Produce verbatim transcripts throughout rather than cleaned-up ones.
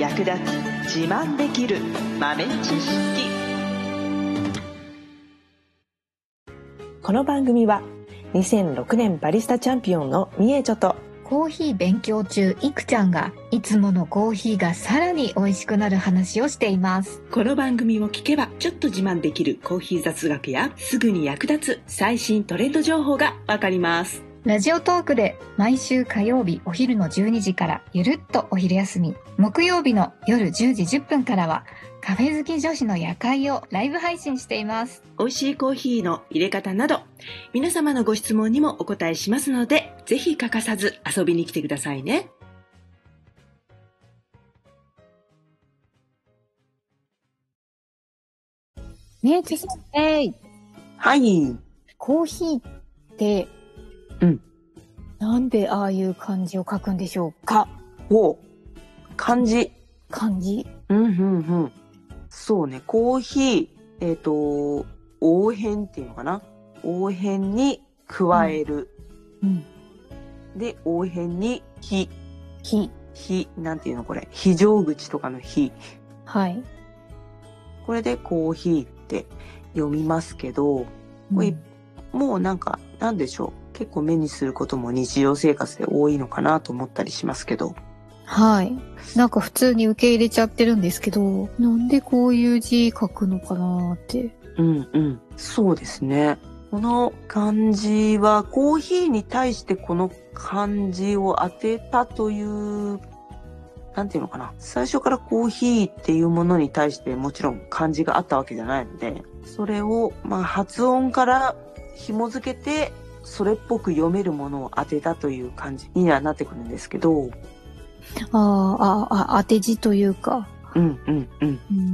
役立つ自慢できる豆知識。この番組はにせんろくねんバリスタチャンピオンのみえちょとコーヒー勉強中いくちゃんがいつものコーヒーがさらに美味しくなる話をしています。 この番組を聞けばちょっと自慢できるコーヒー雑学やすぐに役立つ最新トレンド情報がわかります。 ラジオトークで毎週火曜日お昼のじゅうにじからゆるっとお昼休み、木曜日の夜じゅうじじゅっぷんからはカフェ好き女子の夜会をライブ配信しています。 美味しいコーヒーの入れ方など皆様のご質問にもお答えしますので、ぜひ欠かさず遊びに来てくださいね。 ねえ、ちょっとね、 はい。 コーヒーってうん。 なんでああいう漢字を書くんでしょうか？ お、漢字。 漢字。 うんうんうん。そうね、コーヒー、えっと、応変っていうのかな。応変に加える。 うん。 で、応変に非。 非。 非、なんていうのこれ。非常口とかの非。 はい。 これでコーヒーって読みますけど、これ、うん、もうなんか、なんでしょう。結構目にすることも日常生活で多いのかなと思ったりしますけど。 はい。なんか普通に受け入れちゃってるんですけど、なんでこういう字書くのかなって。 うんうん。そうですね。この漢字はコーヒーに対してこの漢字を当てたという、なんていうのかな。最初からコーヒーっていうものに対してもちろん漢字があったわけじゃないので、それをまあ発音から紐付けてそれっぽく読めるものを当てたという感じにはなってくるんですけど。 ああ、あ、当て字というか。 うんうんうん。 うん、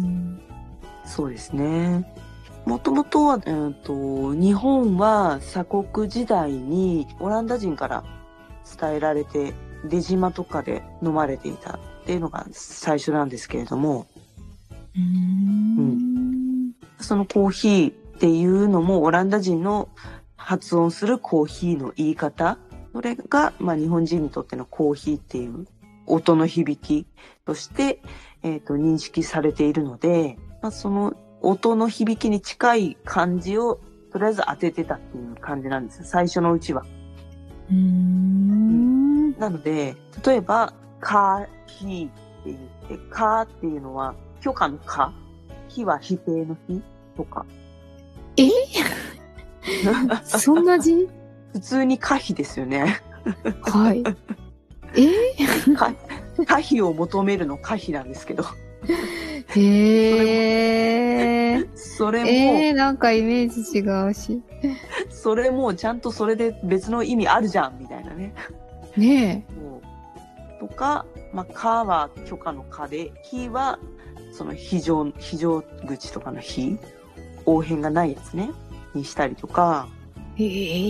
そうですね。もともとは、うんと、日本は鎖国時代にオランダ人から伝えられて出島とかで飲まれていたっていうのが最初なんですけれども、 うーん、 うん、そのコーヒーっていうのもオランダ人の発音するコーヒーの言い方、それが、まあ、日本人にとってのコーヒーっていう音の響きとして、えーと、認識されているので、まあ、その音の響きに近い漢字をとりあえず当ててたっていう感じなんですよ、最初のうちは。 うーん、うん、 なので、例えば、カーヒーって言って、カーっていうのは許可のカ、ヒは否定のヒとか。 えそんな字？ 普通に可否ですよね。 はい。え可否を求めるの可否なんですけど。 へー。 それも、 えー、なんかイメージ違うし。 それもちゃんとそれで別の意味あるじゃんみたいなね。 ねえ。とか、まあ、かは許可のかで、ひはその非常、非常口とかのひ、応変がないやつね、にしたりとか。 へ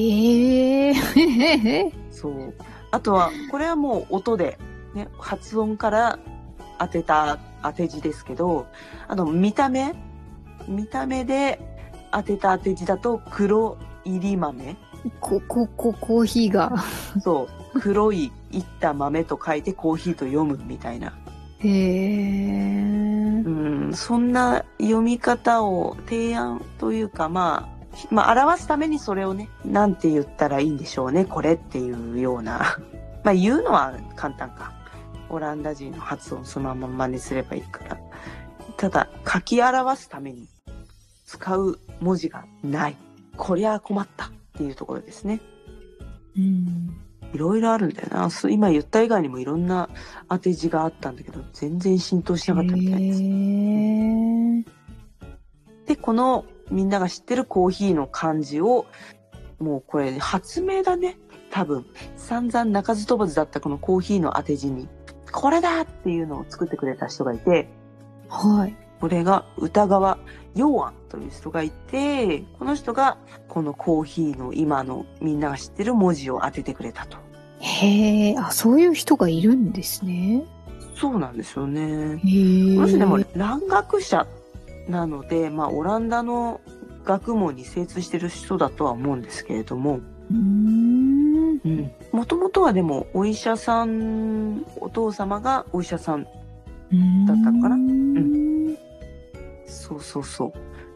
ー。 そう。あとは、これはもう音で、ね、発音から当てた当て字ですけど、あの、見た目見た目で当てた当て字だと、黒入り豆。 こ、こ、こ、コーヒーが。 そう。黒いいった豆と書いてコーヒーと読むみたいな。 へー。 うん、そんな読み方を提案というか、まあ、まあ、表すためにそれをね、なんて言ったらいいんでしょうね、これっていうような。まあ、言うのは簡単か。オランダ人の発音そのまま真似すればいいから。ただ、書き表すために使う文字がない。こりゃ困ったっていうところですね。 うん。 いろいろあるんだよな。今言った以外にもいろんな当て字があったんだけど、全然浸透しなかったみたいです。 へー。 で、このみんなが知ってるコーヒーの漢字を、もうこれ発明だね。多分。散々鳴かず飛ばずだったこのコーヒーの当て字に、これだっていうのを作ってくれた人がいて、 はい。 これが歌川陽安という人がいて、この人がこのコーヒーの今のみんなが知ってる文字を当ててくれたと。 へー。あ、そういう人がいるんですね。 そうなんですよね。 へー。 この人でも蘭学者なので、まあオランダの学問に精通してる人だとは思うんですけれども、 うーん。 うん。もともとはでもお医者さん、お父様がお医者さんだったのかな。 うーん。 うん。そうそうそう。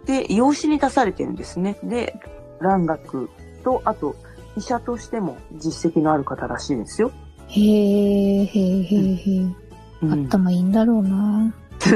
で、養子に出されてるんですね。で、蘭学と、あと、医者としても実績のある方らしいですよ。 へえ、へえ、へえ、へえ。 うん、 頭いいんだろうな。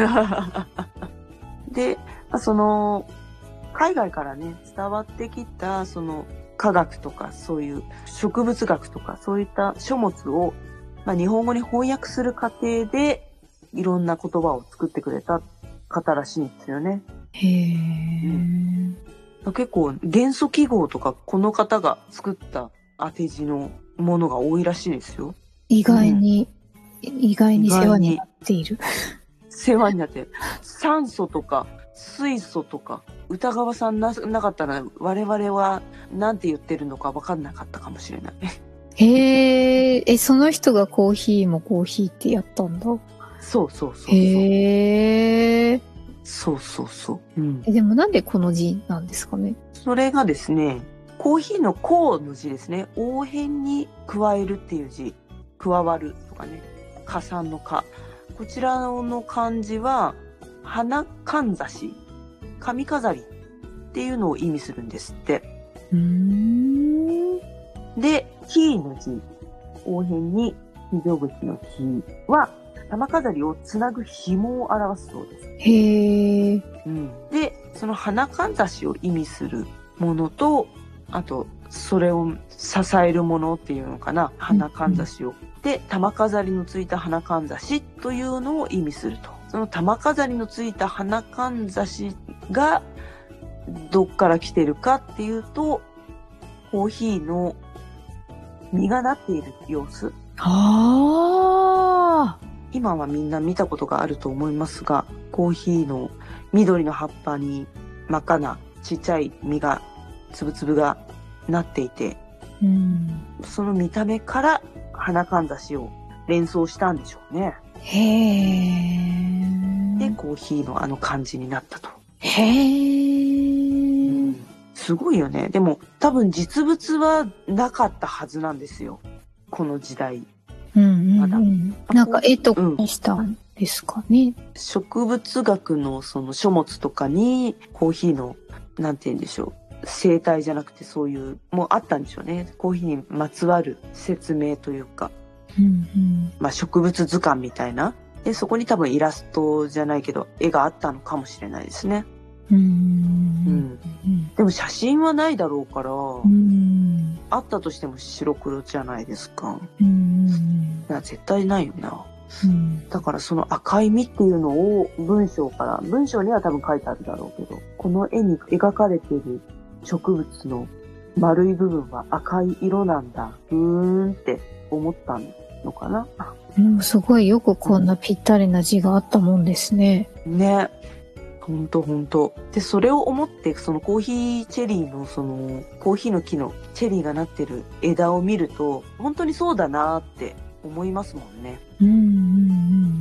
で、その、海外からね、伝わってきた、その、科学とか、そういう植物学とか、そういった書物を、まあ、日本語に翻訳する過程で、いろんな言葉を作ってくれた方らしいんですよね。 へえ、 うん、結構、元素記号とか、この方が作った当て字のものが多いらしいですよ。 意外に、うん、意外に世話になっている。 世話になってる。酸素とか、水素とか、歌川さんな、なかったら我々は何て言ってるのか分かんなかったかもしれない。 へえ、え、その人がコーヒーもコーヒーってやったんだ。 そうそうそうそう。 へえ。 そうそうそう。うん、 え、でもなんでこの字なんですかね。 それがですね、コーヒーのコーの字ですね。応変に加えるっていう字。加わるとかね。加算の加。こちらの漢字は、花かんざし。髪飾りっていうのを意味するんですって。 うーん。 で、キーの字、応変に非常口のキは、玉飾りをつなぐ紐を表すそうです。 へえ。 うん、で、その花かんざしを意味するものと、あと、それを支えるものっていうのかな、花かんざしを。うん、で、玉飾りのついた花かんざしというのを意味すると。その玉飾りのついた花かんざしがどっから来てるかっていうと、コーヒーの実がなっている様子。 ああ。 今はみんな見たことがあると思いますが、コーヒーの緑の葉っぱに真っ赤なちっちゃい実が、つぶつぶがなっていて、 うん、 その見た目から花かんざしを連想したんでしょうね。 へえ。 で、コーヒーのあの感じになったと。 へえ、うん。 すごいよね。でも多分実物はなかったはずなんですよ。この時代。 うんうんうん、まだなんか絵とかしたんですかね。うん、 植物学のその書物とかにコーヒーのなんて言うんでしょう。生態じゃなくてそういうもうあったんでしょうね。コーヒーにまつわる説明というか、 うんうん、 まあ植物図鑑みたいな。でそこに多分イラストじゃないけど絵があったのかもしれないですね。 うんうん、 でも写真はないだろうから、うん、あったとしても白黒じゃないですか。うん、絶対ないよな、うん、だからその赤い実っていうのを文章から文章には多分書いてあるだろうけど、この絵に描かれている植物の丸い部分は赤い色なんだうーんって思ったのかな。 うん、すごいよくこんなぴったりな字があったもんですね。 ね。ほんとほんと。で、それを思って、そのコーヒーチェリーの、その、コーヒーの木のチェリーがなってる枝を見ると、本当にそうだなって思いますもんね。 うんうんうん。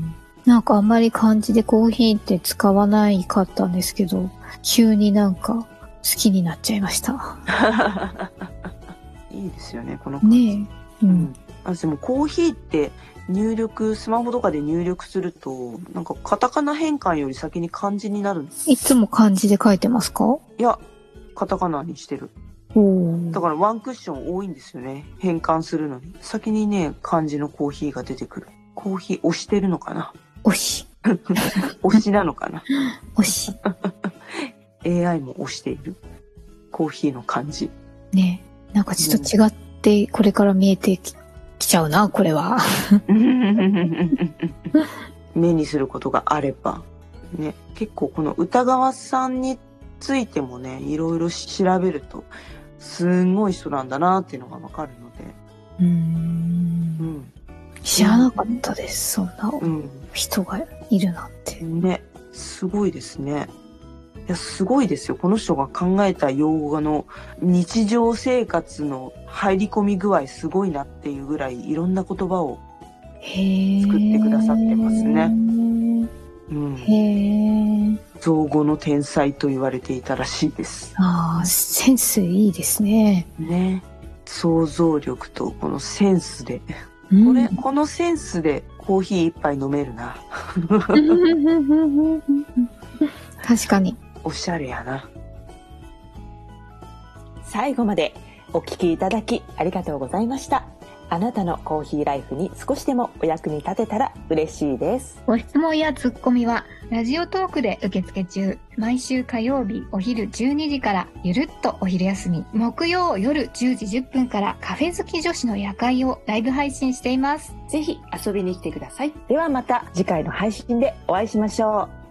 なんかあんまり漢字でコーヒーって使わないかったんですけど、急になんか好きになっちゃいました。 いいですよね、この感じ。 ねえ。うん。うん、 あ、でもコーヒーって入力、スマホとかで入力すると、なんかカタカナ変換より先に漢字になるんです。 いつも漢字で書いてますか？ いや、カタカナにしてる。だからワンクッション多いんですよね。変換するのに。先にね、漢字のコーヒーが出てくる。コーヒー押してるのかな？ 押し。 押しなのかな？ 押し。 エーアイ も押している。コーヒーの漢字。 ねえ。なんかちょっと違ってこれから見えてき、きちゃうな、これは。 目にすることがあれば。ね、結構この歌川さんについてもね、いろいろ調べると、すんごい人なんだなっていうのがわかるので。 うーん、うん。知らなかったです、そんな人がいるなんて。 ね、すごいですね。いや、すごいですよ。この人が考えた用語の日常生活の入り込み具合すごいなっていうぐらいいろんな言葉を作ってくださってますね。うん、へー。造語の天才と言われていたらしいです。 ああ、センスいいですね。 ね。想像力とこのセンスでこれ、このセンスでコーヒー一杯飲めるな。 確かに。 おしゃれやな。 最後までお聞きいただきありがとうございました。あなたのコーヒーライフに少しでもお役に立てたら嬉しいです。 ご質問やツッコミはラジオトークで受付中。毎週火曜日お昼じゅうにじからゆるっとお昼休み、木曜夜じゅうじじゅっぷんからカフェ好き女子の夜会をライブ配信しています。 ぜひ遊びに来てください。ではまた次回の配信でお会いしましょう。